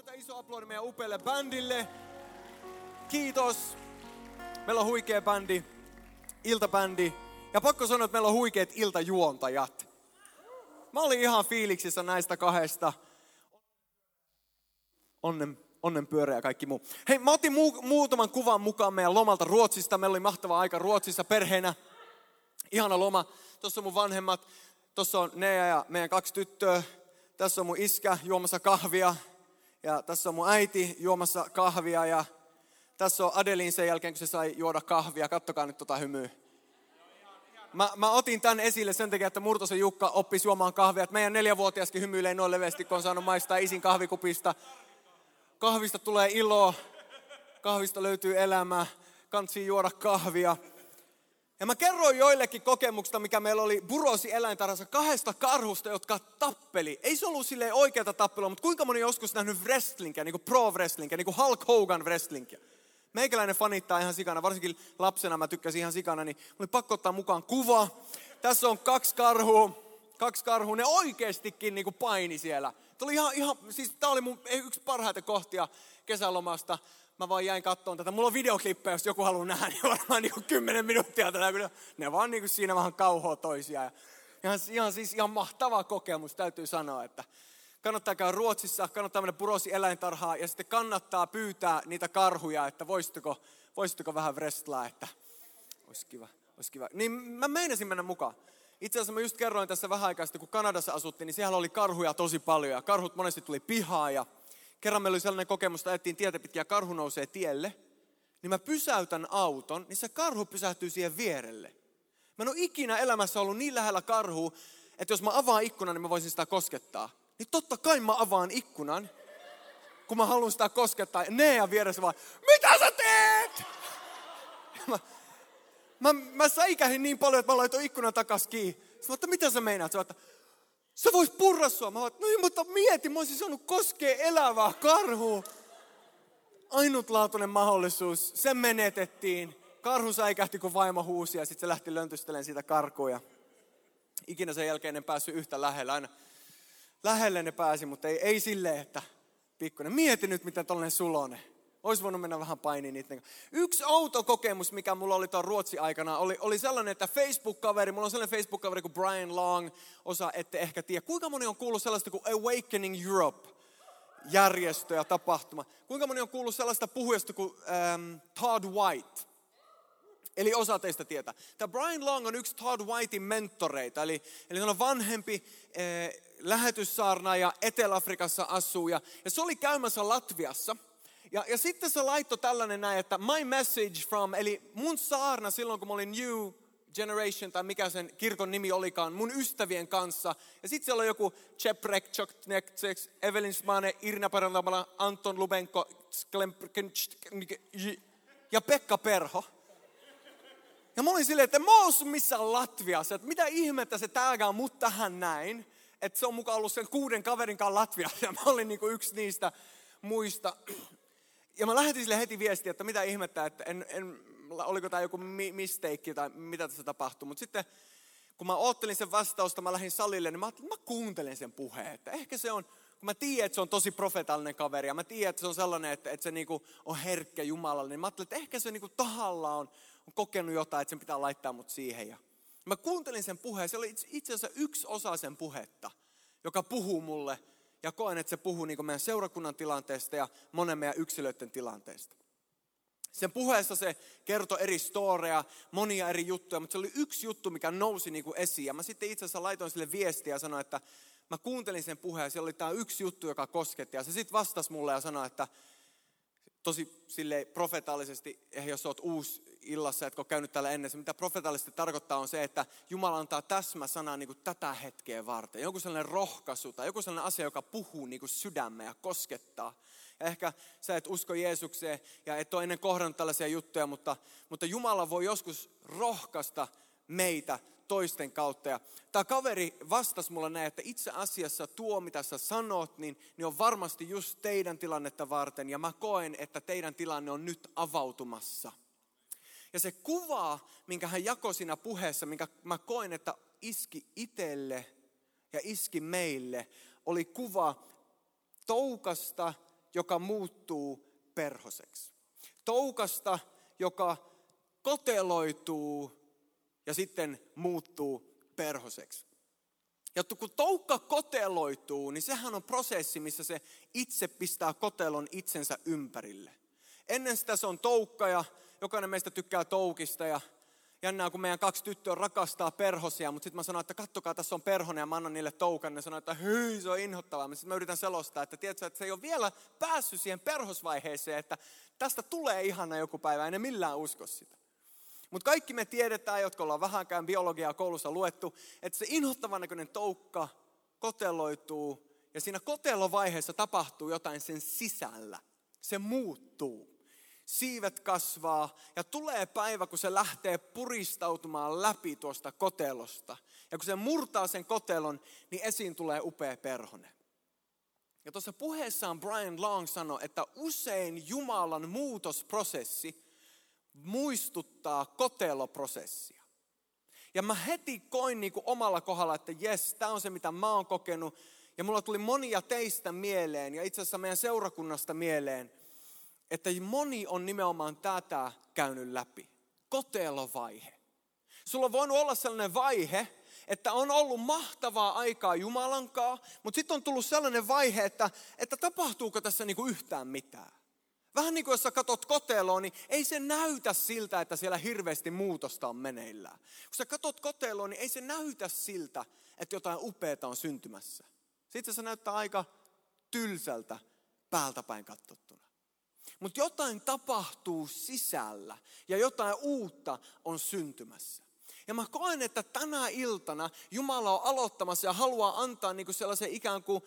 Annetaan iso aplodi meidän upealle bändille. Kiitos. Meillä on huikea bändi, iltabändi. Ja pakko sanoa, että meillä on huikeat iltajuontajat. Mä olin ihan fiiliksissä näistä kahdesta. Onnenpyörä ja kaikki muu. Hei, mä otin muutaman kuvan mukaan meidän lomalta Ruotsista. Meillä oli mahtava aika Ruotsissa perheenä. Ihana loma. Tuossa on mun vanhemmat. Tuossa on Nea ja meidän 2 tyttöä. Tässä on mun iskä juomassa kahvia. Ja tässä on mun äiti juomassa kahvia. Ja tässä on Adelin sen jälkeen, kun se sai juoda kahvia. Kattokaa nyt tota hymyä. Mä otin tän esille sen takia, että Murtosen Jukka oppisi juomaan kahvia. Että meidän 4-vuotiaskin hymyilee noin leveästi, kun on saanut maistaa isin kahvikupista. Kahvista tulee ilo, kahvista löytyy elämä, kantsii juoda kahvia. Ja mä kerroin joillekin kokemuksesta, mikä meillä oli Burosi eläintarhassa 2 karhusta, jotka tappeli. Ei se ollut silleen oikeata tappelua, mutta kuinka moni on joskus nähnyt wrestlingia, niin kuin pro-wrestlingia, niin kuin Hulk Hogan wrestlingia. Meikäläinen fanittaa ihan sikana, varsinkin lapsena mä tykkäsin ihan sikana, niin oli pakko ottaa mukaan kuva. Tässä on 2 karhua, ne oikeestikin niin kuin paini siellä. Tää oli mun yksi parhaita kohtia kesälomasta. Mä vaan jäin kattoon tätä. Mulla on videoklippejä, jos joku haluaa nähdä, niin varmaan niin 10 minuuttia tätä. Ne vaan niin siinä vähän kauhoa toisiaan. Ihan mahtava kokemus, täytyy sanoa, että kannattaa käydä Ruotsissa, kannattaa mennä Burosi eläintarhaan ja sitten kannattaa pyytää niitä karhuja, että voisitteko vähän wrestlaa, että olisi kiva. Niin mä meinasin mennä mukaan. Itse asiassa mä just kerroin tässä vähän aikaa sitten, kun Kanadassa asuttiin, niin siellä oli karhuja tosi paljon ja karhut monesti tuli pihaan ja kerran meillä oli sellainen kokemus, että ajettiin tietä pitkin ja karhu nousee tielle, niin mä pysäytän auton, niin se karhu pysähtyy siihen vierelle. Mä en ole ikinä elämässä ollut niin lähellä karhua, että jos mä avaan ikkunan, niin mä voisin sitä koskettaa. Niin totta kai mä avaan ikkunan, kun mä haluan sitä koskettaa. Nea vieressä vaan, mitä sä teet? Mä säikähin niin paljon, että mä laitoin ikkunan takas kiinni. Sanoin, että mitä sä meinaat? Sanoin, että se vois purra sua. Mä sanoin, no mutta mieti, mä olisin saanut koskea elävää karhua. Ainutlaatuinen mahdollisuus, sen menetettiin. Karhu säikähti, kun vaimo huusi ja sitten se lähti löntystelemään siitä karkuun. Ikinä sen jälkeen en päässyt yhtä lähellä. Aina lähelle ne pääsi, mutta ei silleen, että pikkuinen. Mieti nyt, miten tollainen sulonen. Olisi voinut mennä vähän painiin niiden. Yksi outo kokemus, mikä mulla oli tuon Ruotsin aikana, oli sellainen, että mulla on sellainen Facebook-kaveri kuin Brian Long, ette ehkä tiedä. Kuinka moni on kuullut sellaista kuin Awakening Europe-järjestö ja tapahtuma? Kuinka moni on kuullut sellaista puhujasta kuin Todd White? Eli osa teistä tietää. Tämä Brian Long on yksi Todd Whitein mentoreita, eli hän on vanhempi lähetyssaarnaaja, Etelä-Afrikassa asuu, ja se oli käymässä Latviassa. Ja sitten se laittoi tällainen näin, että my message from, eli mun saarna silloin, kun mä olin New Generation, tai mikä sen kirkon nimi olikaan, mun ystävien kanssa. Ja sitten siellä on joku Cheprek, Choknektseks, Evelyn Smane, Irina Parantamala, Anton Lubenko, ja Pekka Perho. Ja mä olin silleen, että mä oon missään Latviassa, että mitä ihmettä se täägää mut tähän näin, että se on mukaan ollut sen 6 kaverin kanssa Latviassa, ja mä olin niinku yksi niistä muista. Ja mä lähetin sille heti viestiä, että mitä ihmettä, että oliko tämä joku mistake tai mitä tässä tapahtui. Mutta sitten kun mä oottelin sen vastausta, mä lähdin salille, niin mä ajattelin, että mä kuuntelen sen puheen. Että ehkä se on, kun mä tiedän, että se on tosi profeetallinen kaveri ja mä tiedän, että se on sellainen, että se niinku on herkkä Jumalalle, niin mä ajattelin, että ehkä se niinku tahallaan on kokenut jotain, että sen pitää laittaa mut siihen. Ja mä kuuntelin sen puheen, se oli itse asiassa yksi osa sen puhetta, joka puhuu mulle. Ja koen, että se puhuu niin kuin meidän seurakunnan tilanteesta ja monen meidän yksilöiden tilanteesta. Sen puheessa se kertoi eri storeja, monia eri juttuja, mutta se oli yksi juttu, mikä nousi niin kuin esiin. Ja mä sitten itse asiassa laitoin sille viestiä ja sanoin, että mä kuuntelin sen puheen ja siellä oli tämä yksi juttu, joka kosketti. Ja se sitten vastasi mulle ja sanoi, että tosi silleen profetaalisesti, jos olet uusi illassa, etkä ole käynyt täällä ennen, se mitä profetaalisesti tarkoittaa on se, että Jumala antaa täsmäsanaa niin kuin tätä hetkeä varten. Joku sellainen rohkaisu tai joku sellainen asia, joka puhuu niin kuin sydämeen ja koskettaa. Ja ehkä sä et usko Jeesukseen ja et ole ennen kohdannut tällaisia juttuja, mutta Jumala voi joskus rohkaista meitä toisten kautta. Ja tämä kaveri vastasi mulle näin, että itse asiassa tuo, mitä sä sanot, niin on varmasti just teidän tilannetta varten. Ja mä koen, että teidän tilanne on nyt avautumassa. Ja se kuva, minkä hän jakoi siinä puheessa, minkä mä koen, että iski itselle ja iski meille, oli kuva toukasta joka muuttuu perhoseksi. Toukasta, joka koteloituu ja sitten muuttuu perhoseksi. Ja kun toukka koteloituu, niin sehän on prosessi, missä se itse pistää kotelon itsensä ympärille. Ennen sitä se on toukka ja jokainen meistä tykkää toukista ja jännää, kun meidän 2 tyttöä rakastaa perhosia, mutta sitten mä sanon, että kattokaa, tässä on perhonen ja mä annan niille toukan. Ne sanoo, että hyi, se on inhottavaa. Sitten mä yritän selostaa, että tiedätkö, että se ei ole vielä päässyt siihen perhosvaiheeseen, että tästä tulee ihana joku päivä, ei ne millään usko sitä. Mutta kaikki me tiedetään, jotka ollaan vähänkään biologiaa koulussa luettu, että se inhottavan näköinen toukka koteloituu ja siinä kotelovaiheessa tapahtuu jotain sen sisällä. Se muuttuu. Siivet kasvaa ja tulee päivä, kun se lähtee puristautumaan läpi tuosta kotelosta. Ja kun se murtaa sen kotelon, niin esiin tulee upea perhonen. Ja tuossa puheessaan Brian Long sanoi, että usein Jumalan muutosprosessi muistuttaa koteloprosessia. Ja mä heti koin niin kuin omalla kohdalla, että jes, tämä on se mitä mä oon kokenut. Ja mulla tuli monia teistä mieleen ja itse asiassa meidän seurakunnasta mieleen, että moni on nimenomaan tätä käynyt läpi. Kotelovaihe. Sulla on voinut olla sellainen vaihe, että on ollut mahtavaa aikaa Jumalankaan, mutta sitten on tullut sellainen vaihe, että tapahtuuko tässä niinku yhtään mitään. Vähän niin kuin jos sä katot koteloon, niin ei se näytä siltä, että siellä hirveästi muutosta on meneillään. Kun sä katot koteloon, niin ei se näytä siltä, että jotain upeata on syntymässä. Sitten se näyttää aika tylsältä päältä päin katsottuna. Mutta jotain tapahtuu sisällä ja jotain uutta on syntymässä. Ja mä koen, että tänä iltana Jumala on aloittamassa ja haluaa antaa niinku sellaisen ikään kuin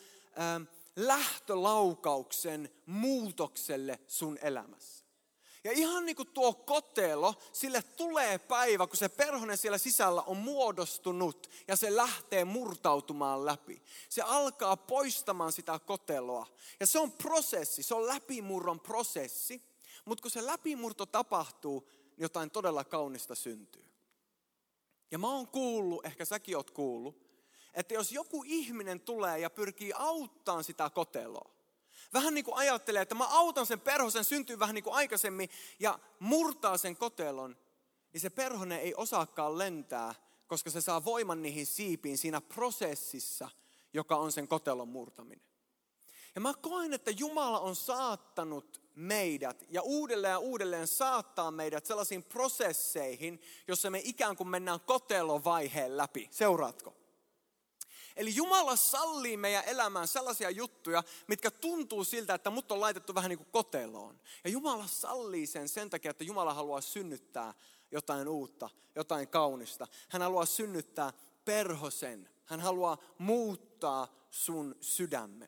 lähtölaukauksen muutokselle sun elämässä. Ja ihan niin kuin tuo kotelo, sille tulee päivä, kun se perhonen siellä sisällä on muodostunut ja se lähtee murtautumaan läpi. Se alkaa poistamaan sitä koteloa. Ja se on prosessi, se on läpimurron prosessi. Mutta kun se läpimurto tapahtuu, niin jotain todella kaunista syntyy. Ja mä oon kuullut, ehkä säkin oot kuullut, että jos joku ihminen tulee ja pyrkii auttamaan sitä koteloa, vähän niin kuin ajattelee, että mä autan sen perhosen, syntyy vähän niin kuin aikaisemmin ja murtaa sen kotelon, niin se perhonen ei osaakaan lentää, koska se saa voiman niihin siipiin siinä prosessissa, joka on sen kotelon murtaminen. Ja mä koen, että Jumala on saattanut meidät ja uudelleen saattaa meidät sellaisiin prosesseihin, jossa me ikään kuin mennään kotelovaiheen läpi. Seuraatko? Eli Jumala sallii meidän elämään sellaisia juttuja, mitkä tuntuu siltä, että mut on laitettu vähän niin kuin koteloon. Ja Jumala sallii sen takia, että Jumala haluaa synnyttää jotain uutta, jotain kaunista. Hän haluaa synnyttää perhosen. Hän haluaa muuttaa sun sydämen.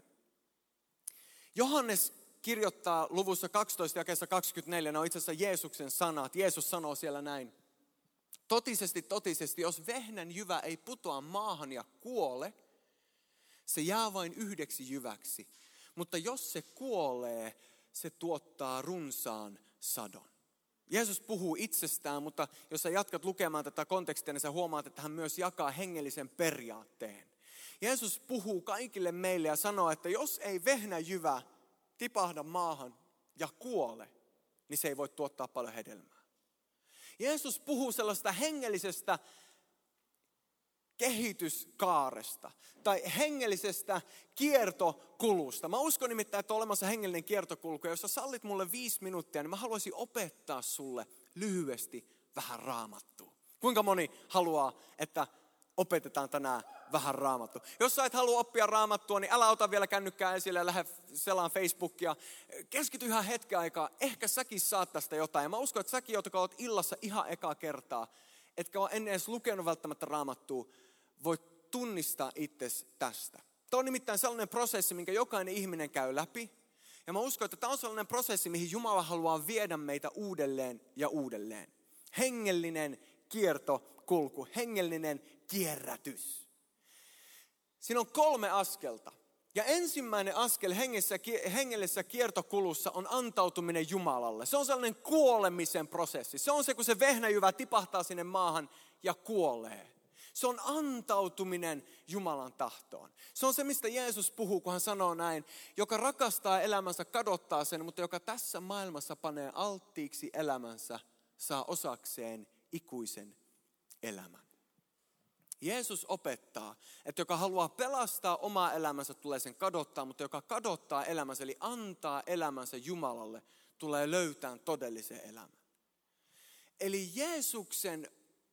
Johannes kirjoittaa luvussa 12 jakeessa 24, ne on itse asiassa Jeesuksen sanat. Jeesus sanoo siellä näin. Totisesti, jos vehnän jyvä ei putoa maahan ja kuole, se jää vain yhdeksi jyväksi. Mutta jos se kuolee, se tuottaa runsaan sadon. Jeesus puhuu itsestään, mutta jos sä jatkat lukemaan tätä kontekstia, niin sä huomaat, että hän myös jakaa hengellisen periaatteen. Jeesus puhuu kaikille meille ja sanoo, että jos ei vehnäjyvä tipahda maahan ja kuole, niin se ei voi tuottaa paljon hedelmää. Jeesus puhuu sellaista hengellisestä kehityskaaresta tai hengellisestä kiertokulusta. Mä uskon nimittäin, että on olemassa hengellinen kiertokulku. Ja jos sä sallit mulle 5 minuuttia, niin mä haluaisin opettaa sulle lyhyesti vähän raamattua. Kuinka moni haluaa, että opetetaan tänään vähän raamattua? Jos sä et halua oppia raamattua, niin älä ota vielä kännykkää esille ja lähde selaan Facebookia. Keskity ihan hetken aikaa. Ehkä säkin saat tästä jotain. Ja mä uskon, että säkin, jotka oot illassa ihan ekaa kertaa, etkä ole ennen edes lukenut välttämättä raamattua, voit tunnistaa itsesi tästä. Tämä on nimittäin sellainen prosessi, minkä jokainen ihminen käy läpi. Ja mä uskon, että tämä on sellainen prosessi, mihin Jumala haluaa viedä meitä uudelleen ja uudelleen. Hengellinen kiertokulku, hengellinen kierrätys. Siinä on 3 askelta. Ja ensimmäinen askel hengellisessä kiertokulussa on antautuminen Jumalalle. Se on sellainen kuolemisen prosessi. Se on se, kun se vehnäjyvä tipahtaa sinne maahan ja kuolee. Se on antautuminen Jumalan tahtoon. Se on se, mistä Jeesus puhuu, kun hän sanoo näin. Joka rakastaa elämänsä, kadottaa sen, mutta joka tässä maailmassa panee alttiiksi elämänsä, saa osakseen ikuisen elämän. Jeesus opettaa, että joka haluaa pelastaa omaa elämänsä, tulee sen kadottaa, mutta joka kadottaa elämänsä, eli antaa elämänsä Jumalalle, tulee löytää todellisen elämän. Eli Jeesuksen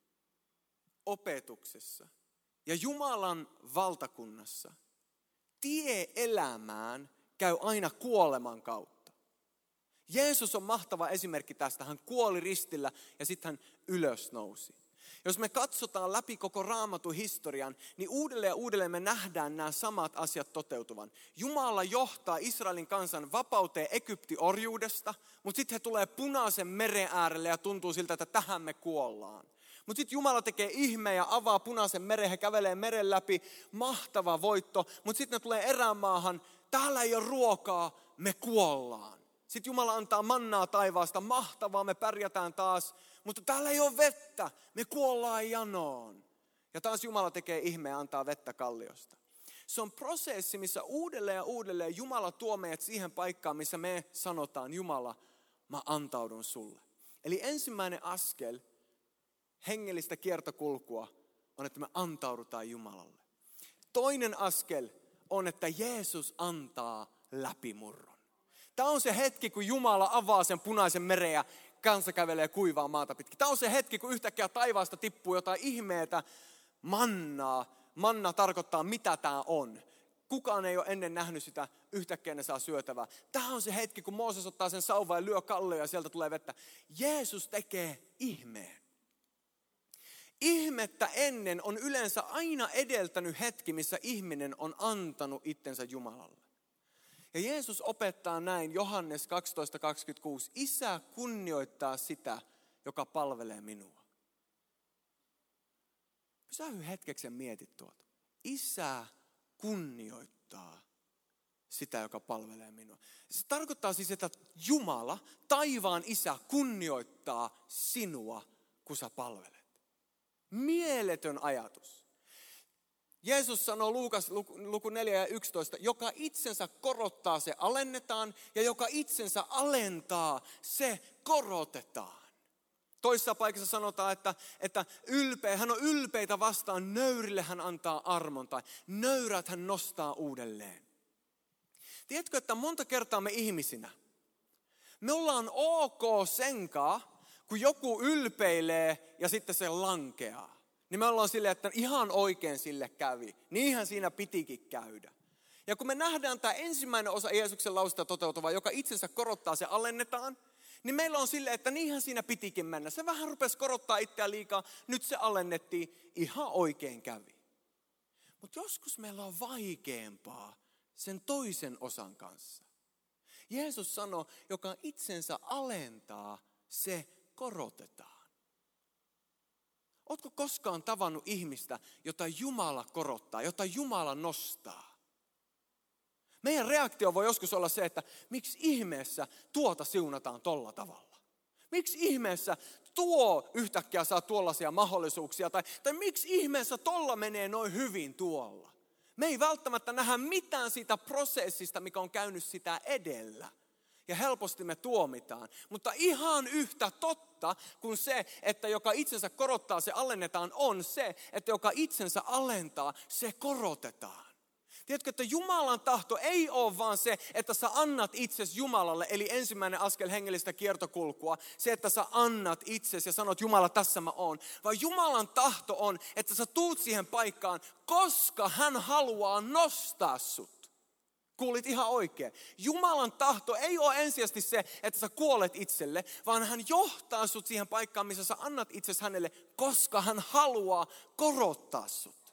opetuksessa ja Jumalan valtakunnassa tie elämään käy aina kuoleman kautta. Jeesus on mahtava esimerkki tästä. Hän kuoli ristillä ja sitten hän ylösnousi. Jos me katsotaan läpi koko Raamatun historian, niin uudelleen ja uudelleen me nähdään nämä samat asiat toteutuvan. Jumala johtaa Israelin kansan vapauteen Egyptin orjuudesta, mutta sitten he tulee Punaisen meren äärelle ja tuntuu siltä, että tähän me kuollaan. Mutta sitten Jumala tekee ihmeen ja avaa Punaisen meren, he kävelee meren läpi, mahtava voitto. Mutta sitten ne tulee erämaahan, täällä ei ole ruokaa, me kuollaan. Sitten Jumala antaa mannaa taivaasta, mahtavaa, me pärjätään taas. Mutta täällä ei ole vettä, me kuollaan janoon. Ja taas Jumala tekee ihmeen ja antaa vettä kalliosta. Se on prosessi, missä uudelleen ja uudelleen Jumala tuo meidät siihen paikkaan, missä me sanotaan, Jumala, mä antaudun sulle. Eli ensimmäinen askel hengellistä kiertokulkua on, että me antaudutaan Jumalalle. Toinen askel on, että Jeesus antaa läpimurron. Tämä on se hetki, kun Jumala avaa sen Punaisen meren ja kansa kävelee kuivaa maata pitkin. Tämä on se hetki, kun yhtäkkiä taivaasta tippuu jotain ihmeetä, mannaa. Manna tarkoittaa, mitä tämä on. Kukaan ei ole ennen nähnyt sitä, yhtäkkiä ne saa syötävää. Tämä on se hetki, kun Mooses ottaa sen sauvan ja lyö kallioon ja sieltä tulee vettä. Jeesus tekee ihmeen. Ihmettä ennen on yleensä aina edeltänyt hetki, missä ihminen on antanut itsensä Jumalalle. Ja Jeesus opettaa näin, Johannes 12:26. Isä kunnioittaa sitä, joka palvelee minua. Pysähy hetkeksi ja mietit tuota. Isä kunnioittaa sitä, joka palvelee minua. Se tarkoittaa siis, että Jumala, taivaan Isä, kunnioittaa sinua, kun sä palvelet. Mieletön ajatus. Jeesus sanoo Luukas luku 4:11, joka itsensä korottaa, se alennetaan, ja joka itsensä alentaa, se korotetaan. Toisessa paikassa sanotaan, että hän on ylpeitä vastaan, nöyrille hän antaa armon, tai nöyrät hän nostaa uudelleen. Tiedätkö, että monta kertaa me ihmisinä, me ollaan ok senkaan, kun joku ylpeilee ja sitten se lankeaa. Niin me ollaan silleen, että ihan oikein sille kävi. Niinhän siinä pitikin käydä. Ja kun me nähdään tämä ensimmäinen osa Jeesuksen lausetta toteutuva, joka itsensä korottaa, se alennetaan, niin meillä on silleen, että niinhän siinä pitikin mennä. Se vähän rupesi korottaa itseään liikaa, nyt se alennettiin, ihan oikein kävi. Mutta joskus meillä on vaikeampaa sen toisen osan kanssa. Jeesus sanoi, joka itsensä alentaa, se korotetaan. Ootko koskaan tavannut ihmistä, jota Jumala korottaa, jota Jumala nostaa? Meidän reaktio voi joskus olla se, että miksi ihmeessä tuota siunataan tolla tavalla? Miksi ihmeessä tuo yhtäkkiä saa tuollaisia mahdollisuuksia? Tai miksi ihmeessä tolla menee noin hyvin tuolla? Me ei välttämättä nähdä mitään siitä prosessista, mikä on käynyt sitä edellä. Ja helposti me tuomitaan. Mutta ihan yhtä totta kuin se, että joka itsensä korottaa, se alennetaan, on se, että joka itsensä alentaa, se korotetaan. Tiedätkö, että Jumalan tahto ei ole vaan se, että sä annat itsesi Jumalalle, eli ensimmäinen askel hengellistä kiertokulkua, se, että sä annat itsesi ja sanot, Jumala, tässä mä oon. Vaan Jumalan tahto on, että sä tuut siihen paikkaan, koska hän haluaa nostaa sut. Kuulit ihan oikein. Jumalan tahto ei ole ensisijaisesti se, että sä kuolet itselle, vaan hän johtaa sut siihen paikkaan, missä sä annat itsesi hänelle, koska hän haluaa korottaa sut.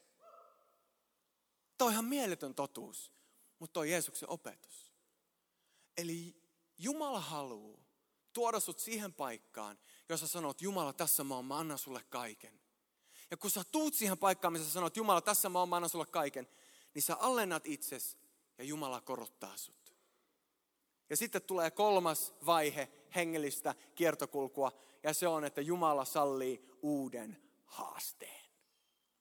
Tämä on ihan mieletön totuus, mutta toi on Jeesuksen opetus. Eli Jumala haluaa tuoda sut siihen paikkaan, jossa sanot, Jumala, tässä mä oon, mä annan sulle kaiken. Ja kun sä tuut siihen paikkaan, missä sä sanot, Jumala, tässä mä oon, mä annan sulle kaiken, niin sä alennat itsesi ja Jumala korottaa sut. Ja sitten tulee kolmas vaihe hengellistä kiertokulkua, ja se on, että Jumala sallii uuden haasteen.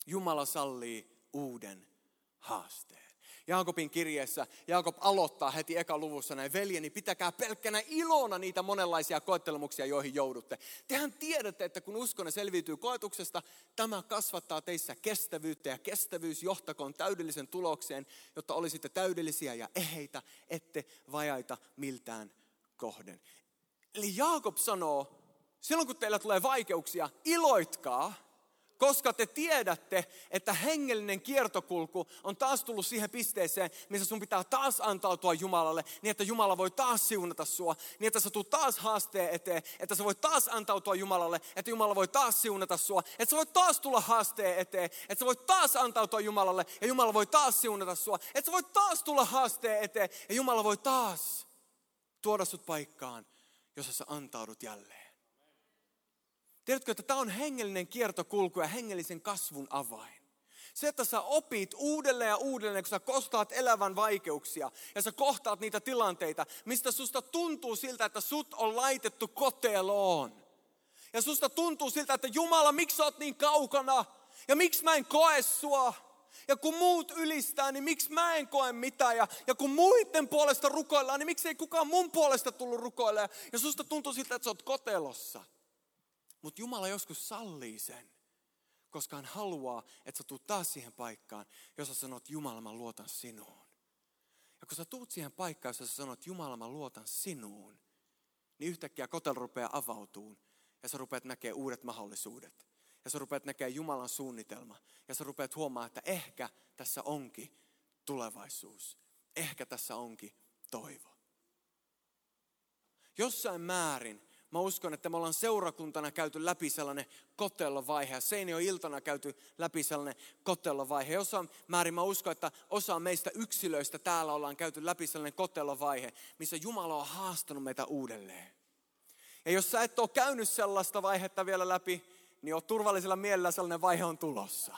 Jumala sallii uuden haasteen. Jaakobin kirjeessä Jaakob aloittaa heti eka luvussa näin: veljeni, pitäkää pelkkänä ilona niitä monenlaisia koettelemuksia, joihin joudutte. Tehän tiedätte, että kun uskonne selviytyy koetuksesta, tämä kasvattaa teissä kestävyyttä, ja kestävyys johtakoon täydellisen tulokseen, jotta olisitte täydellisiä ja eheitä, ette vajaita miltään kohden. Eli Jaakob sanoo, silloin kun teillä tulee vaikeuksia, iloitkaa, koska te tiedätte, että hengellinen kiertokulku on taas tullut siihen pisteeseen, missä sun pitää taas antautua Jumalalle, niin että Jumala voi taas siunata sua, niin että sä tulet taas haasteen eteen, että sä voit taas antautua Jumalalle, että Jumala voi taas siunata sua, että sä voit taas tulla haasteen eteen, että sä voit taas antautua Jumalalle ja Jumala voi taas siunata sua, että sä voit taas tulla haasteen eteen ja Jumala voi taas tuoda sut paikkaan, jossa sä antaudut jälleen. Tiedätkö, että tämä on hengellinen kiertokulku ja hengellisen kasvun avain. Se, että sä opit uudelleen ja uudelleen, kun sä kohtaat elävän vaikeuksia ja sä kohtaat niitä tilanteita, mistä susta tuntuu siltä, että sut on laitettu koteloon. Ja susta tuntuu siltä, että Jumala, miksi sä oot niin kaukana? Ja miksi mä en koe sua? Ja kun muut ylistää, niin miksi mä en koe mitään? Ja kun muiden puolesta rukoillaan, niin miksi ei kukaan mun puolesta tullut rukoilemaan? Ja susta tuntuu siltä, että sä oot kotelossa. Mutta Jumala joskus sallii sen, koska hän haluaa, että sä tuut taas siihen paikkaan, jossa sanot, Jumala, mä luotan sinuun. Ja kun sä tuut siihen paikkaan, jossa sä sanot, Jumala, mä luotan sinuun, niin yhtäkkiä kotelo rupeaa avautumaan ja sä rupeat näkemään uudet mahdollisuudet. Ja sä rupeat näkemään Jumalan suunnitelma. Ja sä rupeat huomaamaan, että ehkä tässä onkin tulevaisuus. Ehkä tässä onkin toivo. Jossain määrin mä uskon, että me ollaan seurakuntana käyty läpi sellainen kotellovaihe. Seinäjoiltana käyty läpi sellainen kotellovaihe. Jossain määrin mä uskon, että osa meistä yksilöistä täällä ollaan käyty läpi sellainen kotellovaihe, missä Jumala on haastanut meitä uudelleen. Ja jos sä et ole käynyt sellaista vaihetta vielä läpi, niin oot turvallisella mielellä, sellainen vaihe on tulossa.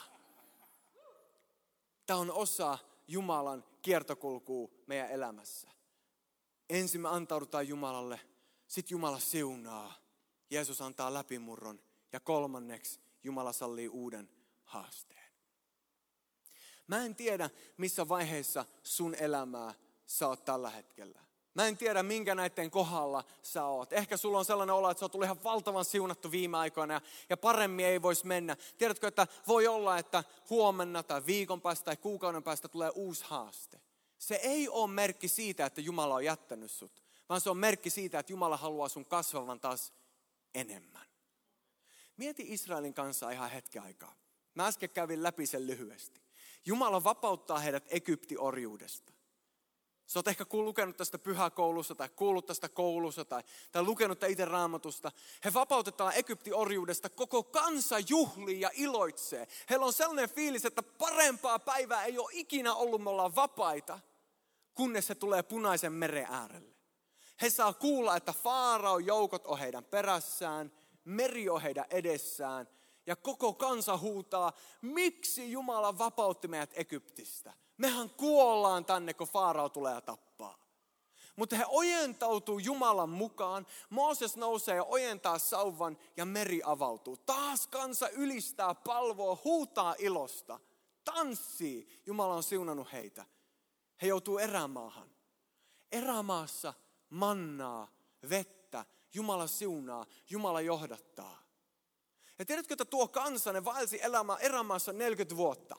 Tämä on osa Jumalan kiertokulkua meidän elämässä. Ensin me antaudutaan Jumalalle. Sitten Jumala siunaa, Jeesus antaa läpimurron ja kolmanneksi Jumala sallii uuden haasteen. Mä en tiedä, missä vaiheessa sun elämää sä oot tällä hetkellä. Mä en tiedä, minkä näiden kohdalla sä oot. Ehkä sulla on sellainen olo, että sä oot tullut ihan valtavan siunattu viime aikoina ja paremmin ei voisi mennä. Tiedätkö, että voi olla, että huomenna tai viikon päästä tai kuukauden päästä tulee uusi haaste. Se ei ole merkki siitä, että Jumala on jättänyt sut. Vaan se on merkki siitä, että Jumala haluaa sun kasvavan taas enemmän. Mieti Israelin kanssa ihan hetken aikaa. Mä äsken kävin läpi sen lyhyesti. Jumala vapauttaa heidät Egypti-orjuudesta. Sä oot ehkä lukenut tästä pyhäkoulussa tai kuullut tästä koulussa tai lukenut itse Raamatusta. He vapautetaan Egypti-orjuudesta, koko kansa juhlii ja iloitsee. Heillä on sellainen fiilis, että parempaa päivää ei ole ikinä ollut, me ollaan vapaita, kunnes se tulee Punaisen meren äärelle. He saa kuulla, että Faaraon joukot on heidän perässään, meri on heidän edessään ja koko kansa huutaa, miksi Jumala vapautti meidät Egyptistä? Mehän kuollaan tänne, kun Faarao tulee ja tappaa. Mutta he ojentautuu Jumalan mukaan. Mooses nousee ja ojentaa sauvan ja meri avautuu. Taas kansa ylistää, palvoo, huutaa ilosta, tanssii. Jumala on siunannut heitä. He joutuu erämaahan. Erämaassa mannaa, vettä, Jumala siunaa, Jumala johdattaa. Ja tiedätkö, että tuo kansa, ne vaelsi erämaassa 40 vuotta.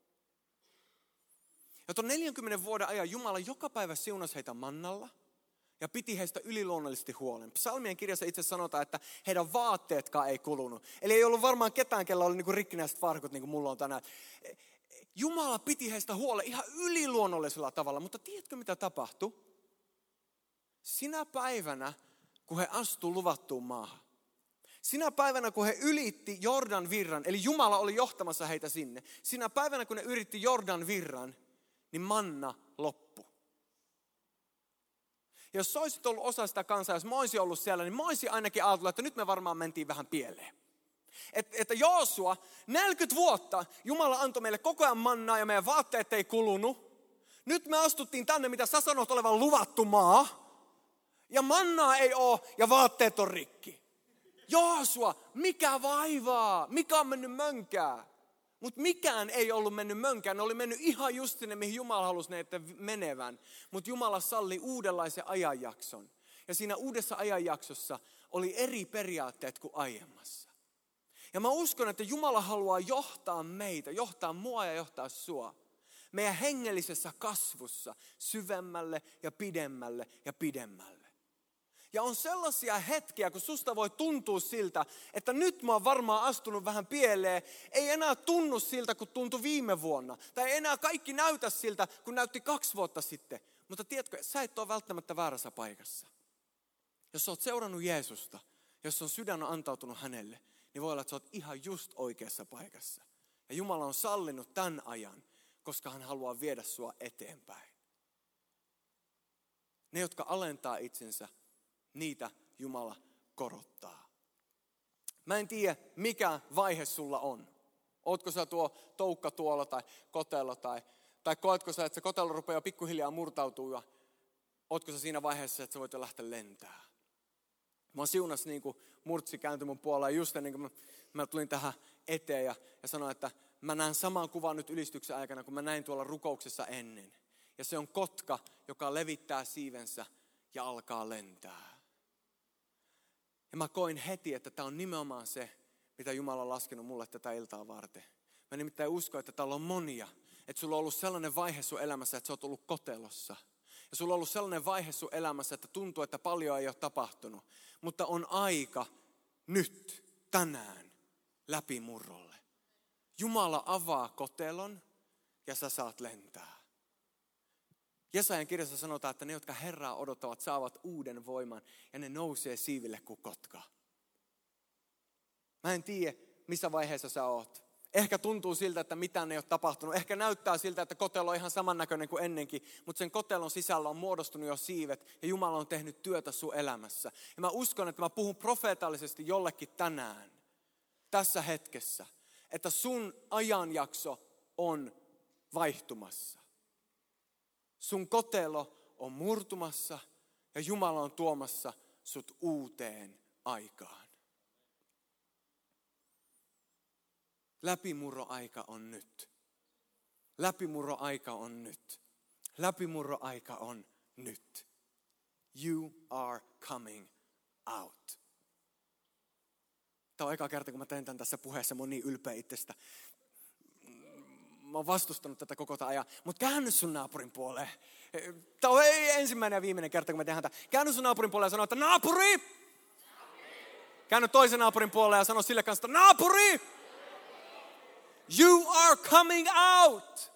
Ja tuon 40 vuoden ajan Jumala joka päivä siunasi heitä mannalla ja piti heistä yliluonnollisesti huolen. Psalmien kirjassa itse sanotaan, että heidän vaatteetkaan ei kulunut. Eli ei ollut varmaan ketään, kellä oli niinku rikkinäiset farkut, niin kuin mulla on tänään. Jumala piti heistä huolen ihan yliluonnollisella tavalla, mutta tiedätkö mitä tapahtui? Sinä päivänä, kun he astuivat luvattuun maahan. Sinä päivänä, kun he ylitti Jordan virran, eli Jumala oli johtamassa heitä sinne. Sinä päivänä, kun ne yritti Jordan virran, niin manna loppui. Jos sä olisit ollut osa sitä kansaa, jos mä olisin ollut siellä, niin mä olisin ainakin ajatellut, että nyt me varmaan mentiin vähän pieleen. Että Joosua, 40 vuotta Jumala antoi meille koko ajan mannaa ja meidän vaatteet ei kulunut. Nyt me astuttiin tänne, mitä sä sanot olevan luvattu maa. Ja mannaa ei ole ja vaatteet on rikki. Joosua, mikä vaivaa? Mikä on mennyt mönkää? Mutta mikään ei ollut mennyt mönkään. Ne oli mennyt ihan just sinne, mihin Jumala halusi ne menevän. Mutta Jumala salli uudenlaisen ajanjakson. Ja siinä uudessa ajanjaksossa oli eri periaatteet kuin aiemmassa. Ja mä uskon, että Jumala haluaa johtaa meitä, johtaa mua ja johtaa sua. Meidän hengellisessä kasvussa syvemmälle ja pidemmälle ja pidemmälle. Ja on sellaisia hetkiä, kun susta voi tuntua siltä, että nyt mä oon varmaan astunut vähän pieleen. Ei enää tunnu siltä, kun tuntui viime vuonna. Tai ei enää kaikki näytä siltä, kun näytti 2 vuotta sitten. Mutta tiedätkö, sä et ole välttämättä väärässä paikassa. Jos sä oot seurannut Jeesusta, jos sun sydän on antautunut hänelle, niin voi olla, että sä oot ihan just oikeassa paikassa. Ja Jumala on sallinut tämän ajan, koska hän haluaa viedä sua eteenpäin. Ne, jotka alentaa itsensä, niitä Jumala korottaa. Mä en tiedä, mikä vaihe sulla on. Ootko sä tuo toukka tuolla tai kotelo tai koetko sä, että se kotelo rupeaa pikkuhiljaa murtautua ja ootko sä siinä vaiheessa, että sä voit jo lähteä lentämään. Mä siunas niin kuin Murtsi kääntyi mun puoleen just ennen kuin mä tulin tähän eteen ja sanoin, että mä näen saman kuvan nyt ylistyksen aikana, kun mä näin tuolla rukouksessa ennen. Ja se on kotka, joka levittää siivensä ja alkaa lentää. Ja mä koin heti, että tämä on nimenomaan se, mitä Jumala on laskenut mulle tätä iltaa varten. Mä nimittäin uskon, että täällä on monia. Että sulla on ollut sellainen vaihe sun elämässä, että sä oot ollut kotelossa. Ja sulla on ollut sellainen vaihe sun elämässä, että tuntuu, että paljon ei ole tapahtunut. Mutta on aika nyt, tänään, läpimurrolle. Jumala avaa kotelon ja sä saat lentää. Jesajan kirjassa sanotaan, että ne, jotka Herraa odottavat, saavat uuden voiman ja ne nousee siiville kuin kotka. Mä en tiedä, missä vaiheessa sä oot. Ehkä tuntuu siltä, että mitään ei ole tapahtunut. Ehkä näyttää siltä, että kotelo on ihan samannäköinen kuin ennenkin. Mutta sen kotelon sisällä on muodostunut jo siivet ja Jumala on tehnyt työtä sun elämässä. Ja mä uskon, että mä puhun profeetallisesti jollekin tänään, tässä hetkessä, että sun ajanjakso on vaihtumassa. Sun kotelo on murtumassa ja Jumala on tuomassa sut uuteen aikaan. Läpimurroaika on nyt. Läpimurroaika on nyt. Läpimurroaika on nyt. You are coming out. Tämä on eka kerta, kun mä teen tämän tässä puheessa. Mä oon niin ylpeä itsestä. Mä oon vastustanut tätä koko ajan. Mutta käänny sun naapurin puoleen. Tämä on ensimmäinen ja viimeinen kerta, kun mä teen tätä. Käänny sun naapurin puoleen ja sano, että naapuri! Käänny toisen naapurin puoleen ja sano sille kanssa, naapuri! You are coming out.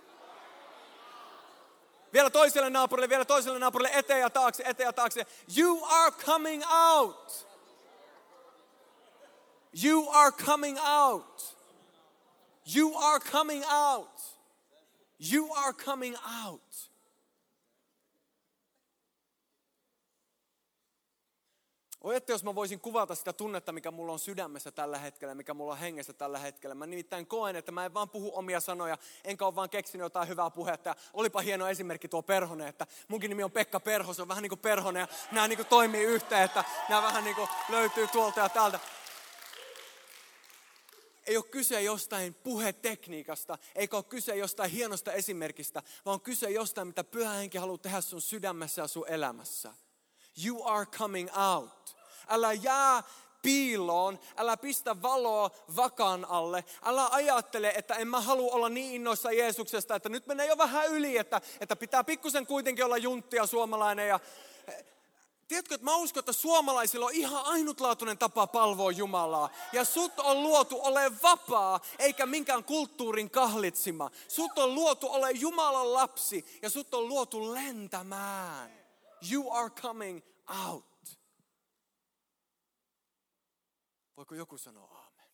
Vielä toiselle naapurille, eteen ja taakse. You are coming out. You are coming out. You are coming out. You are coming out. Oi, että jos mä voisin kuvata sitä tunnetta, mikä mulla on sydämessä tällä hetkellä, mikä mulla on hengessä tällä hetkellä. Mä nimittäin koen, että mä en vaan puhu omia sanoja, enkä ole vaan keksinyt jotain hyvää puhetta. Ja olipa hieno esimerkki tuo Perhonen, että munkin nimi on Pekka Perho, se on vähän niin kuin Perhonen ja nämä niin kuin toimii yhteen, että nämä vähän niin kuin löytyy tuolta ja täältä. Ei ole kyse jostain puhetekniikasta, eikä ole kyse jostain hienosta esimerkistä, vaan on kyse jostain, mitä Pyhä Henki haluaa tehdä sun sydämessä ja sun elämässä. You are coming out. Älä jää piiloon, älä pistä valoa vakan alle. Älä ajattele, että en mä halua olla niin innoissa Jeesuksesta, että nyt menee jo vähän yli, että pitää pikkusen kuitenkin olla junttia suomalainen. Ja tiedätkö, että mä uskon, että suomalaisilla on ihan ainutlaatuinen tapa palvoa Jumalaa. Ja sut on luotu ole vapaa, eikä minkään kulttuurin kahlitsima. Sut on luotu ole Jumalan lapsi ja sut on luotu lentämään. You are coming out. Voiko joku sanoa aamen?